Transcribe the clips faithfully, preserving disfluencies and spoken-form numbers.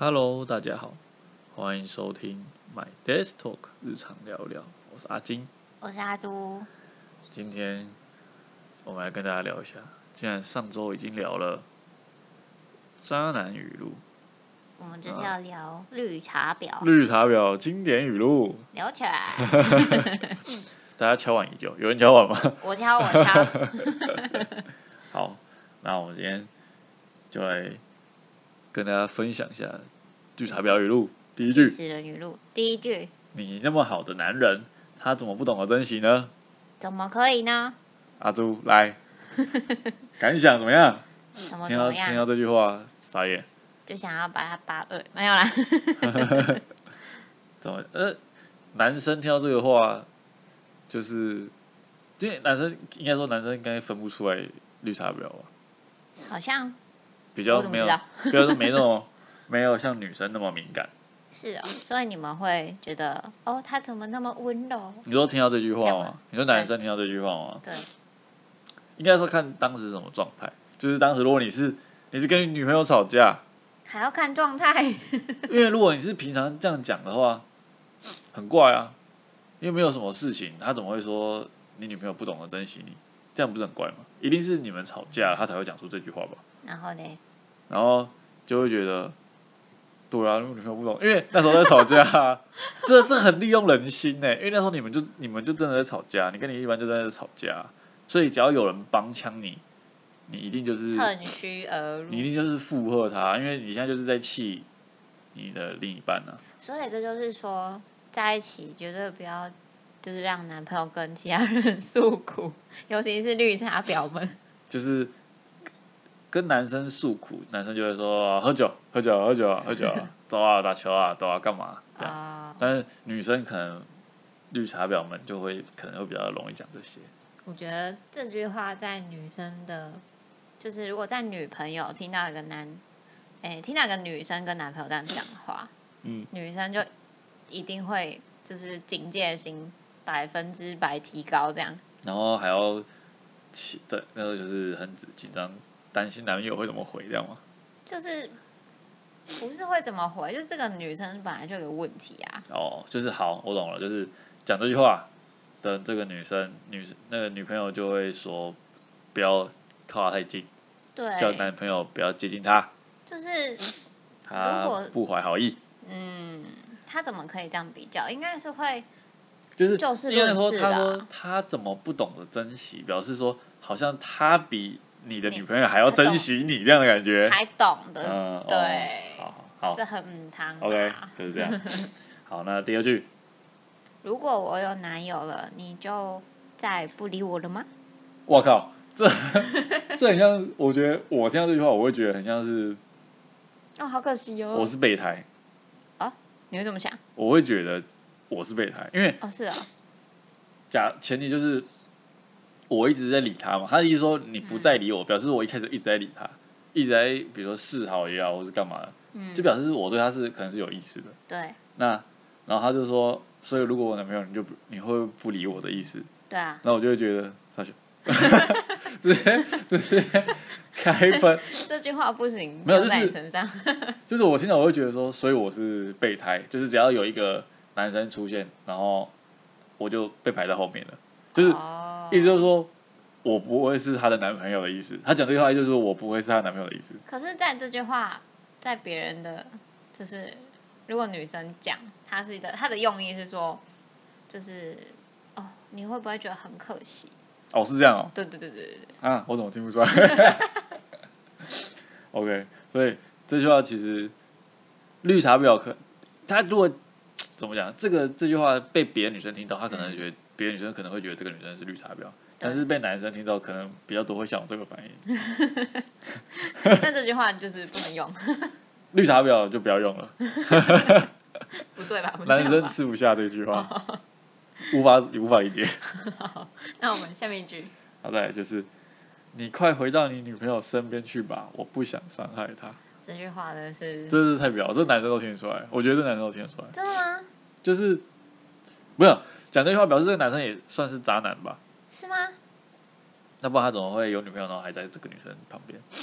Hello，大家好，欢迎收听 My Desk Talk 日常聊聊，我是阿金， 我是阿朱。 今天我们来跟大家聊一下，既然上周已经聊了渣男语录， 我们就是要聊绿茶婊， 绿茶婊经典语录， 聊起来。 大家敲碗已久，有人敲碗吗？ 我敲，我敲。 好，那我们今天就来跟大家分享一下绿茶婊语录。第一句， 气死人语录，第一句， 你那么好的男人，他怎么不懂得珍惜呢？ 怎么可以呢？ 阿朱来，感想怎么样？ 什么听怎么样？ 到听到这句话，傻眼。 就想要把他扒二，没有啦。 怎么？呃，男生听到这个话，就是因为男生应该说男生应该分不出来绿茶婊吧， 好像比较没有， 我怎么知道比较没那么没有像女生那么敏感。 是哦，所以你们会觉得，哦，他怎么那么温柔？ 你说听到这句话吗这样吗？ 你说男生听到这句话吗？ 对， 应该说看当时什么状态，就是当时如果你是你是跟女朋友吵架， 还要看状态。 因为如果你是平常这样讲的话，很怪啊，因为没有什么事情，他怎么会说你女朋友不懂得珍惜你？这样不是很怪吗？一定是你们吵架，他才会讲出这句话吧？ 然后呢？ 然后就会觉得，对啊，女朋友不懂，因为那时候在吵架、啊，这这很利用人心呢。因为那时候你们就你们就真的在吵架，你跟你一般就在吵架，所以只要有人帮腔你，你一定就是趁虚而入， 你一定就是附和他，因为你现在就是在气你的另一半啊。 所以这就是说，在一起绝对不要，就是让男朋友跟其他人诉苦，尤其是绿茶婊们。 就是跟男生诉苦，男生就会说喝酒，喝酒，喝酒，喝酒，走啊，打球啊，走啊，干嘛这样？ 啊、 但是女生可能绿茶婊们就会可能会比较容易讲这些。 我觉得这句话在女生的，就是如果在女朋友听到一个男，哎，听到一个女生跟男朋友这样讲的话， 嗯， 女生就一定会就是警戒心百分之百提高，这样。 然后还要起对，那个就是很紧张，担心男友会怎么回，这样吗？ 就是不是会怎么回，就这个女生本来就有个问题啊。 哦，就是好，我懂了，就是讲这句话的这个女生女那个女朋友就会说不要靠她太近， 对， 叫男朋友不要接近她， 就是她如果不怀好意。 嗯，他怎么可以这样比较？应该是会就是就事因为论事说他说啦。 他怎么不懂得珍惜，表示说好像他比你的你女朋友还要珍惜你这样的感觉。 还懂的， 嗯， 对， 哦，好好好这很母汤吧。 ，OK，就是这样。好，那第二句， 如果我有男友了，你就再不理我了吗？ 我靠，这这很像，我觉得我听到这句话，我会觉得很像是哦，好可惜哦。 我是备胎， 哦，你会怎么想？ 我会觉得我是备胎，因为哦，是啊、哦， 假前提就是我一直在理他嘛，他的意思说你不再理我，表示我一开始一直在理他，一直在比如说示好也好，或是干嘛的， 嗯， 就表示我对他是可能是有意思的。 对那然后他就说，所以如果我男朋友你就不你会不理我的意思， 对啊， 那我就会觉得傻笑，直接直接开分， 这句话不行， 没有就是用在你身上。 就是我听到我会觉得说，所以我是备胎，就是只要有一个男生出现，然后我就被排在后面了，就是哦， 意思就是说我不会是她的男朋友的意思。他讲这句话就是说我不会是她男朋友的意思。 可是，在这句话，在别人的，就是如果女生讲，她是的，她的用意是说，就是哦，你会不会觉得很可惜？ 哦，是这样哦。 对对对对对对。 啊，我怎么听不出来？OK，所以这句话其实绿茶婊可，他如果怎么讲，这个这句话被别的女生听到，她可能觉得别的女生可能会觉得这个女生是绿茶婊，但是被男生听到，可能比较多会像我这个反应。 那这句话就是不能用。 绿茶婊就不要用了， 不对吧？不男生吧吃不下这句话，无法无法理解。 那我们下面一句， 好，再来就是你快回到你女朋友身边去吧，我不想伤害她。 这句话的是这是太婊，这男生都听得出来，我觉得这男生都听得出来。 真的吗？ 就是没有讲这句话，表示这个男生也算是渣男吧？ 是吗？ 那不然他怎么会有女朋友，然后还在这个女生旁边？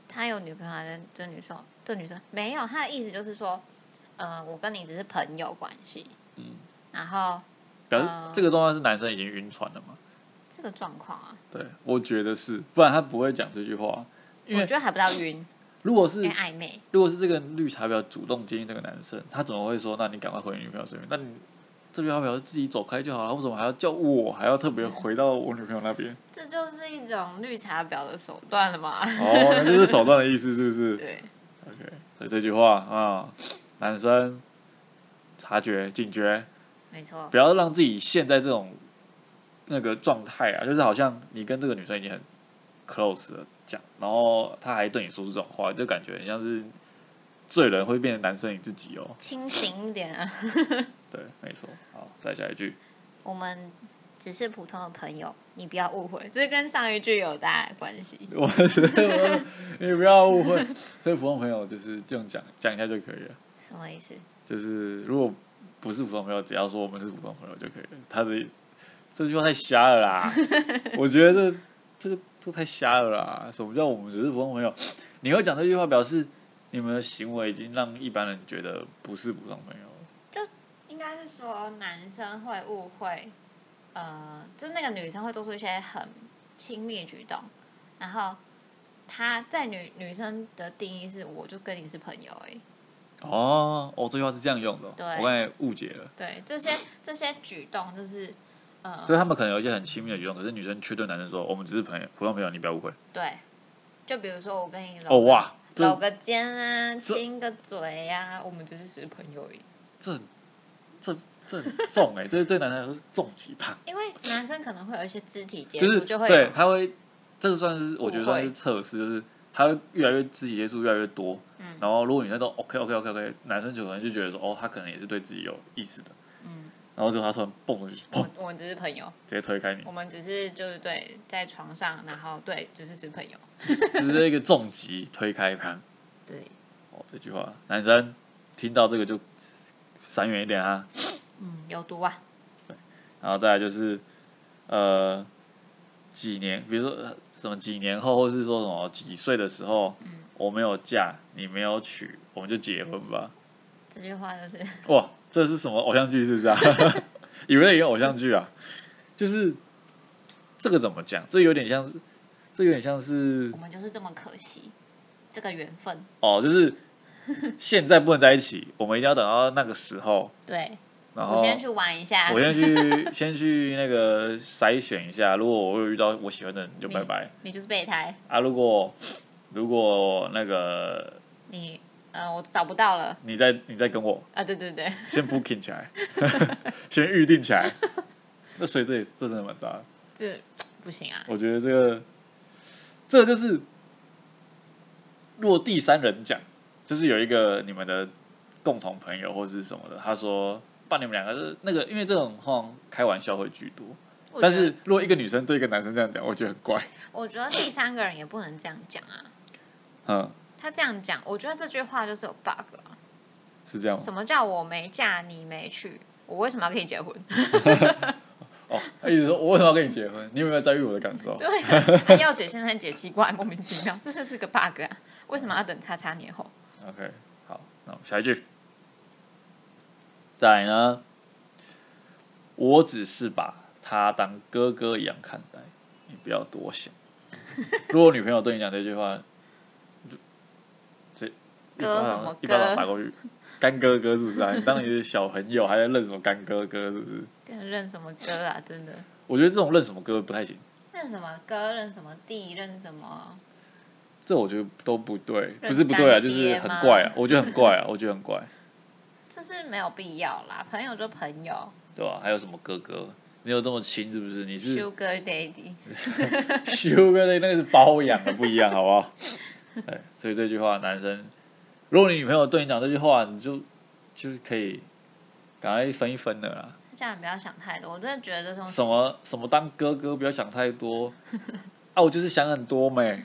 他有女朋友还是这女生？这女生没有，他的意思就是说，呃，我跟你只是朋友关系， 嗯， 然后表示呃这个状况是男生已经晕船了嘛？ 这个状况啊， 对，我觉得是，不然他不会讲这句话。因为我觉得还不到晕， 如果是因为暧昧。 如果是这个绿茶婊主动接近这个男生，他怎么会说，那你赶快回你女朋友身边？那你这绿茶婊自己走开就好了，为什么还要叫我，还要特别回到我女朋友那边？ 这就是一种绿茶婊的手段了嘛？ 哦，那就是手段的意思，是不是？ 对， OK，所以这句话啊、男生察觉警觉， 没错不，要让自己陷在这种那个状态啊，就是好像你跟这个女生已经很 close 了讲，然后她还对你说出这种话，就感觉很像是罪人会变成男生你自己哦。 清醒一点啊！ 对，没错。好，再下一句。 我们只是普通的朋友，你不要误会，这跟上一句有大的关系。 我是我，你不要误会，所以普通朋友就是这样讲讲一下就可以了。 什么意思？ 就是如果不是普通朋友，只要说我们是普通朋友就可以了。他的这句话太瞎了啦！我觉得这这个这太瞎了啦！什么叫我们只是普通朋友？你会讲这句话，表示你们的行为已经让一般人觉得不是普通朋友了。 应该是说男生会误会，呃，就是那个女生会做出一些很亲密的举动，然后她在女女生的定义是，我就跟你是朋友而已。 哦，哦，这句话是这样用的哦、 对我刚才误解了。 对，这些这些举动就是，呃， 就是他们可能有一些很亲密的举动，可是女生却对男生说：“我们只是朋友，普通朋友，你不要误会。 对，就比如说我跟你”搂哦个哇，这搂个肩啊，亲个嘴呀、啊，我们只是只是朋友而已。 这这这很重哎、欸，这这男生是重击怕， 因为男生可能会有一些肢体接触， 就是就会有对他会，这个算是我觉得误会算是测试，就是他会越来越肢体接触越来越多， 嗯然后如果女生都 OK OK OK OK，男生就可能就觉得说哦，他可能也是对自己有意思的， 嗯， 然后就他突然蹦出去，砰， 我们我们只是朋友， 直接推开你我，们只是就是对在床上，然后对只是是朋友。 直接一个重击推开他。 对， 哦，这句话男生听到这个就闪远一点啊。 嗯，有毒啊。 然后再来就是呃几年，比如说呃什么几年后，或是说什么几岁的时候， 嗯， 我没有嫁，你没有娶，我们就结婚吧。 这句话就是哇，这是什么偶像剧是不是啊？以为有偶像剧啊，就是这个怎么讲？这有点像是，这有点像是我们就是这么可惜，这个缘分。 哦，就是现在不能在一起，我们一定要等到那个时候， 对， 然后我先去玩一下。 我先去先去那个筛选一下，如果我有遇到我喜欢的人，就你拜拜你就是备胎， 啊。如果如果那个你呃我找不到了你再你再跟我啊，对对对， 先 booking 起来，先预定起来，那所以这也这真的蛮渣的。 这不行啊。 我觉得这个这个就是，如果第三人讲，就是有一个你们的共同朋友或是什么的，他说把你们两个是那个，因为这种话开玩笑会居多。但我觉得是如果一个女生对一个男生这样讲，我觉得很怪。 我觉得第三个人也不能这样讲啊。 嗯， 他这样讲，我觉得这句话就是有 bug 啊。 是这样吗？ 什么叫我没嫁你没娶？我为什么要跟你结婚？ 哦，他一直说我为什么要跟你结婚？你有没有在意我的感受？ 对啊，他要解现在解奇怪，莫名其妙，这就是个 bug 啊！为什么要等叉叉年后？ OK，好，那我们下一句。再来呢，我只是把他当哥哥一样看待，你不要多想。如果女朋友对你讲这句话，这哥什么一巴掌哥打过去，干哥哥是不是啊？你当你是小朋友，还在认什么干哥哥是不是？ 跟认什么哥啊？真的我觉得这种认什么哥不太行， 认什么哥？认什么弟？认什么？ 这我觉得都不对， 认不是不对啊， 干就是爹吗很怪啊，我觉得很怪啊，我觉得很怪， 就是没有必要啦，朋友就朋友对吧、还有什么哥哥？你有这么亲是不是？你是 ，Sugar Daddy。 修哥的那个是包养的不一样，好不好？对，所以这句话，男生，如果你女朋友对你讲这句话，你就就是可以赶快分一分的啦。 这样不要想太多，我真的觉得这种什么什么当哥哥不要想太多啊，我就是想很多没。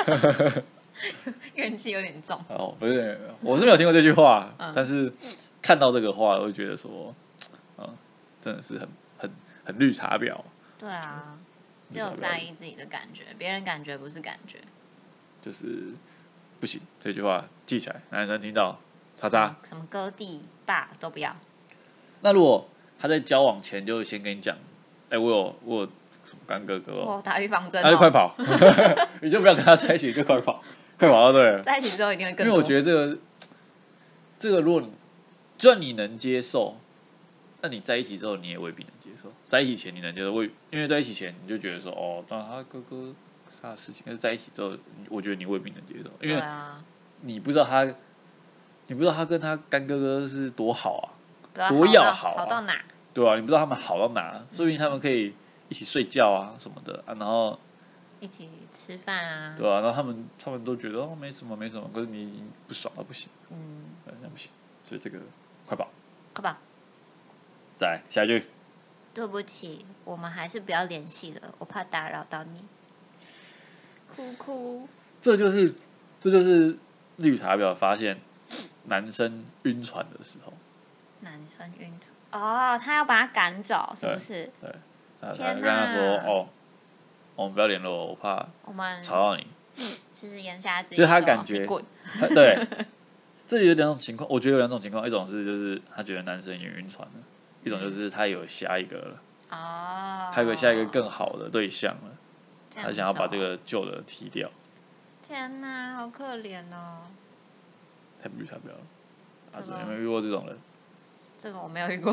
怨气有点重。 哦，不是，我是没有听过这句话， 嗯但是看到这个话，我会觉得说，啊，真的是很很很绿茶婊。 对啊，只有在意自己的感觉，别人感觉不是感觉。 就是不行，这句话记起来，男生听到叉叉。 什么哥弟爸都不要。 那如果他在交往前就先跟你讲，哎、欸，我有我有什么干哥哥哦， 我打预防针、哦， 那就快跑，你就不要跟他在一起，就快跑，快跑到对了。 在一起之后一定会更多。 因为我觉得这个这个，如果就算你能接受，那你在一起之后你也未必能接受。在一起前你能接受，未因为在一起前你就觉得说，哦，当然他哥哥他的事情，但是在一起之后，我觉得你未必能接受，因为你不知道他，你不知道他跟他干哥哥是多好啊。多要好、啊， 好到哪？ 对啊，你不知道他们好到哪，说不定他们可以一起睡觉啊什么的啊，然后一起吃饭啊， 对啊，然后他们他们都觉得哦没什么没什么，可是你已经不爽到不行， 嗯， 那不行，所以这个快跑， 快跑， 再来下一句。 对不起，我们还是不要联系了，我怕打扰到你。哭哭， 这就是这就是绿茶婊发现男生晕船的时候。 男生晕船哦，他要把他赶走，是不是？ 对，他天哪！ 跟他说哦，我们不要联络，我怕我们吵到你。 其实言下之意， 就是他感觉， 滚。 对，这有两种情况，我觉得有两种情况，一种是就是他觉得男生也晕船了，一种就是他有下一个了， 哦， 他有下一个更好的对象了，他想要把这个个旧的踢掉。 天哪，好可怜哦！ 太不绿茶婊了， 这个、 有没有遇过这种人？ 这个我没有遇过。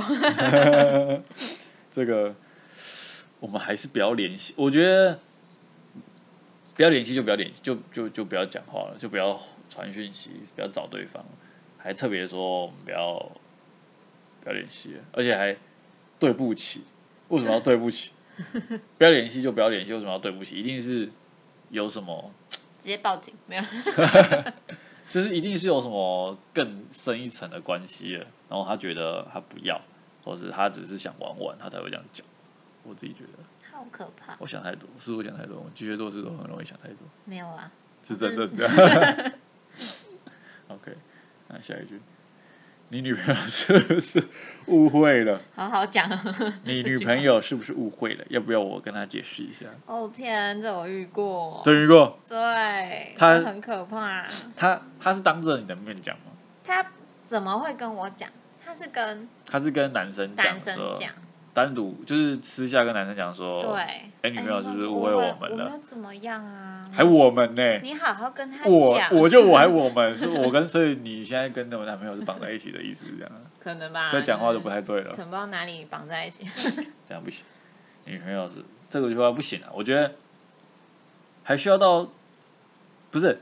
这个我们还是不要联系，我觉得不要联系就不要联系，就就就不要讲话了，就不要传讯息，不要找对方，还特别说我们不要不要联系，而且还对不起，为什么要对不起？不要联系就不要联系，为什么要对不起？一定是有什么直接报警没有？ 就是一定是有什么更深一层的关系了，然后他觉得他不要，或是他只是想玩玩，他才会这样讲。我自己觉得， 好可怕。 我想太多，是我想太多，我巨蟹座是都很容易想太多。 没有啊， 是真的是这样。OK， 那下一句，你女朋友是不是误会了？ 好好讲。 你女朋友是不是误会了？要不要我跟她解释一下？ 哦天，这我遇过。 真遇过？ 对， 他很可怕。 他他是当着你的面讲吗？ 他怎么会跟我讲？他是跟他是跟男生讲， 男生讲， 单独就是私下跟男生讲说， 对， 哎，女朋友是不是误会我们了？ 我没有怎么样啊？ 还我们呢？ 你好好跟他我讲。 我就我还我们是我跟，所以你现在跟我男朋友是绑在一起的意思，这样？ 可能吧。 这讲话就不太对了。 可能不知道哪里绑在一起。 这样不行，女朋友是这个句话不行啊！我觉得还需要到，不是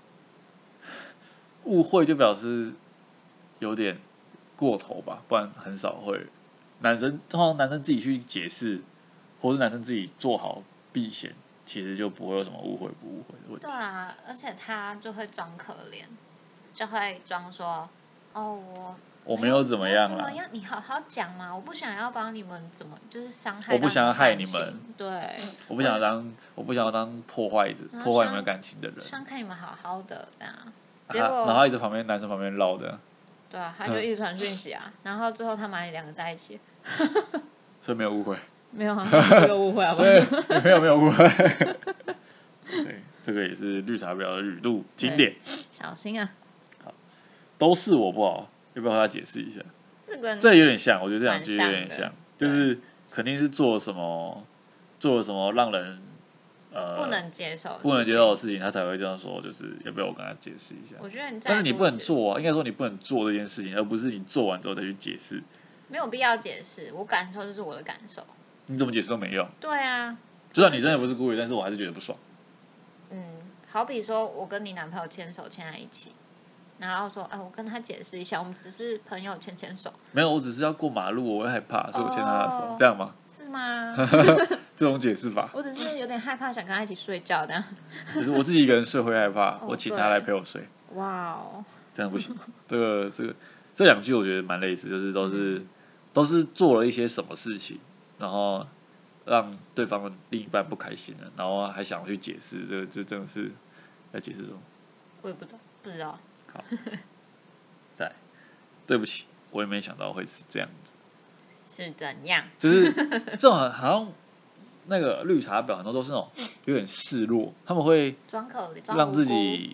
误会就表示有点过头吧，不然很少会。男生通常男生自己去解释，或是男生自己做好避嫌，其实就不会有什么误会不误会的问题。 对啊，而且他就会装可怜，就会装说：“哦，我我没有怎么样啦， 怎么样？你好好讲嘛，我不想要帮你们怎么就是伤害， 我不想要害你们， 对， 我不想当我不想要当破坏的破坏你们感情的人， 伤害你们好好的这样。” 结果然后一直旁边男生旁边唠的。 对啊，他就一直传讯息啊，然后最后他们两个在一起， 所以没有误会， 没有啊，这个误会好不好？ 所以没有没有误会。对，这个也是绿茶婊的语录经典， 小心啊！ 好，都是我不好，要不要和他解释一下？ 这个这有点像，我觉得这两句有点像，就是肯定是做了什么，做了什么让人。呃， 不能接受， 不能接受的事情，他才会这样说，就是要不要我跟他解释一下？ 我觉得你， 但是你不能做啊，应该说你不能做这件事情，而不是你做完之后再去解释。 没有必要解释，我感受就是我的感受。 你怎么解释都没用。 对啊， 就算你真的不是故意，但是我还是觉得不爽。 嗯，好比说我跟你男朋友牵手牵在一起，然后说，哎，我跟他解释一下，我们只是朋友牵牵手。 没有，我只是要过马路，我会害怕，所以我牵他的手， 哦、 这样吗？ 是吗？ 这种解释法。 我只是有点害怕，想跟他一起睡觉的。 就是我自己一个人睡会害怕， 哦、 我请他来陪我睡。 哇哦， 这样不行。这个这个这两句我觉得蛮类似，就是都是、嗯、都是做了一些什么事情，然后让对方的另一半不开心了，然后还想去解释，这个这真的是在解释什么？ 我也不知道，不知道。 好，再来，对不起，我也没想到会是这样子。 是怎样？ 就是这种好像那个绿茶婊很多都是那种有点示弱，他们会装可怜， 让自己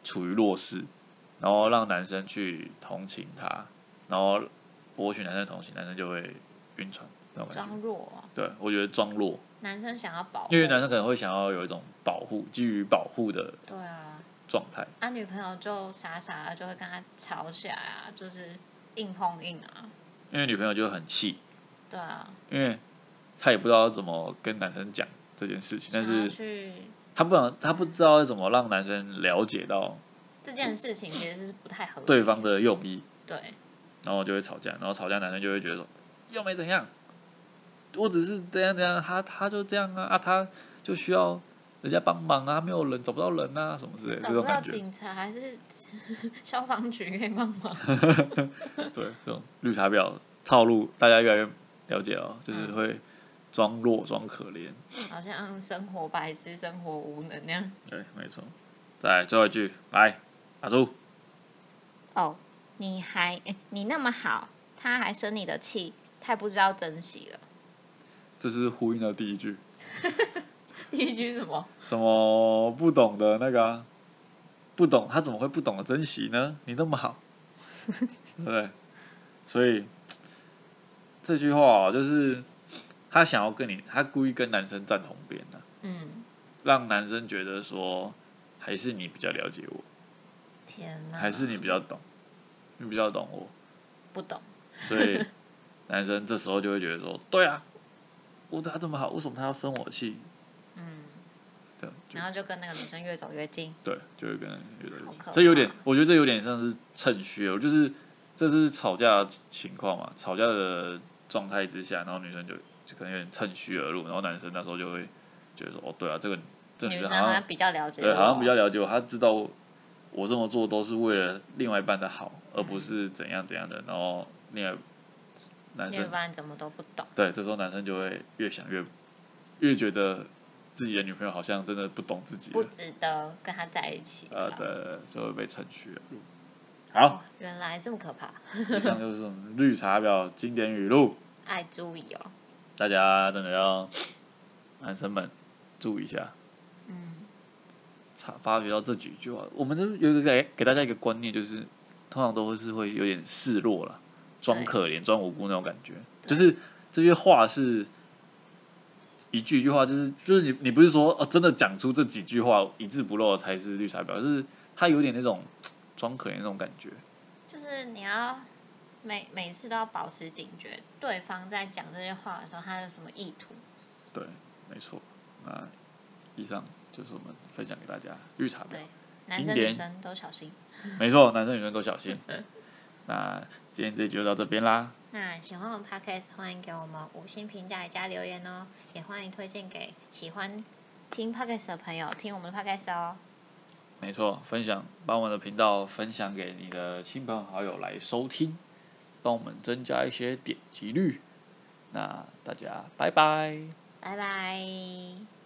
处于弱势，然后让男生去同情他，然后博取男生同情，男生就会晕船那种感觉。 装弱、啊。 对，我觉得装弱， 男生想要保护， 因为男生可能会想要有一种保护，基于保护的对啊， 状态。 他、啊、女朋友就傻傻的就会跟他吵起来啊，就是硬碰硬啊。 因为女朋友就很气， 对啊， 因为她也不知道怎么跟男生讲这件事情，但是她不能，她不知道怎么让男生了解到这件事情其实是不太合理， 对方的用意。 对， 然后就会吵架，然后吵架男生就会觉得说，又没怎样，我只是这样这样，他他就这样啊啊，他就需要人家帮忙啊，没有人找不到人啊什么之类的， 找不到这种感觉。 警察还是消防局可以帮忙？ 对，这种绿茶婊套路，大家越来越了解了，就是会装弱装可怜， 好像生活白痴、生活无能那样。 对，没错。再来最后一句，来，阿朱。 哦，你还你那么好，他还生你的气，太不知道珍惜了。 这是呼应的第一句。 第一句什么？ 什么不懂的那个、啊，不懂他怎么会不懂得珍惜呢？你那么好，对不对？所以这句话、哦、就是他想要跟你，他故意跟男生站同边的、啊， 嗯， 让男生觉得说还是你比较了解我， 天哪， 还是你比较懂，你比较懂我， 不懂， 所以男生这时候就会觉得说，对啊，我对他这么好，为什么他要生我气？ 嗯， 对， 然后就跟那个女生越走越近， 对，就会跟人越走越近。 好可怕这有点，我觉得这有点像是趁虚而入，就是这是吵架的情况嘛，吵架的状态之下，然后女生就就可能有点趁虚而入，然后男生那时候就会觉得说，哦，对啊，这个这个女女生好像生好像比较了解我， 对，好像比较了解我，她知道我这么做都是为了另外一半的好，而不是怎样怎样的。然后另外男生另外一半怎么都不懂， 对，这时候男生就会越想越越觉得自己的女朋友好像真的不懂自己了， 不值得跟他在一起。 呃，对，就会被趁虚而入。好， 哦，原来这么可怕。 以上就是我们绿茶婊经典语录， 爱注意哦。 大家真的要男生们注意一下。 嗯， 发觉到这几句话，我们就有一个给给大家一个观念，就是通常都是会有点示弱了，装可怜、装无辜那种感觉。就是这些话是一句一句话，就是就是你你不是说哦真的讲出这几句话一字不漏才是绿茶婊，就是他有点那种装可怜那种感觉。 就是你要每每次都要保持警觉，对方在讲这些话的时候，他有什么意图？ 对，没错。那以上就是我们分享给大家绿茶婊。 对，男生女生都小心。 没错，男生女生都小心。那今天这集就到这边啦。 那喜欢我们 Podcast， 欢迎给我们五星评价加留言哦，也欢迎推荐给喜欢听 Podcast 的朋友听我们的 Podcast 哦。 没错，分享把我们的频道分享给你的亲朋好友来收听，帮我们增加一些点击率。那大家拜拜， 拜拜。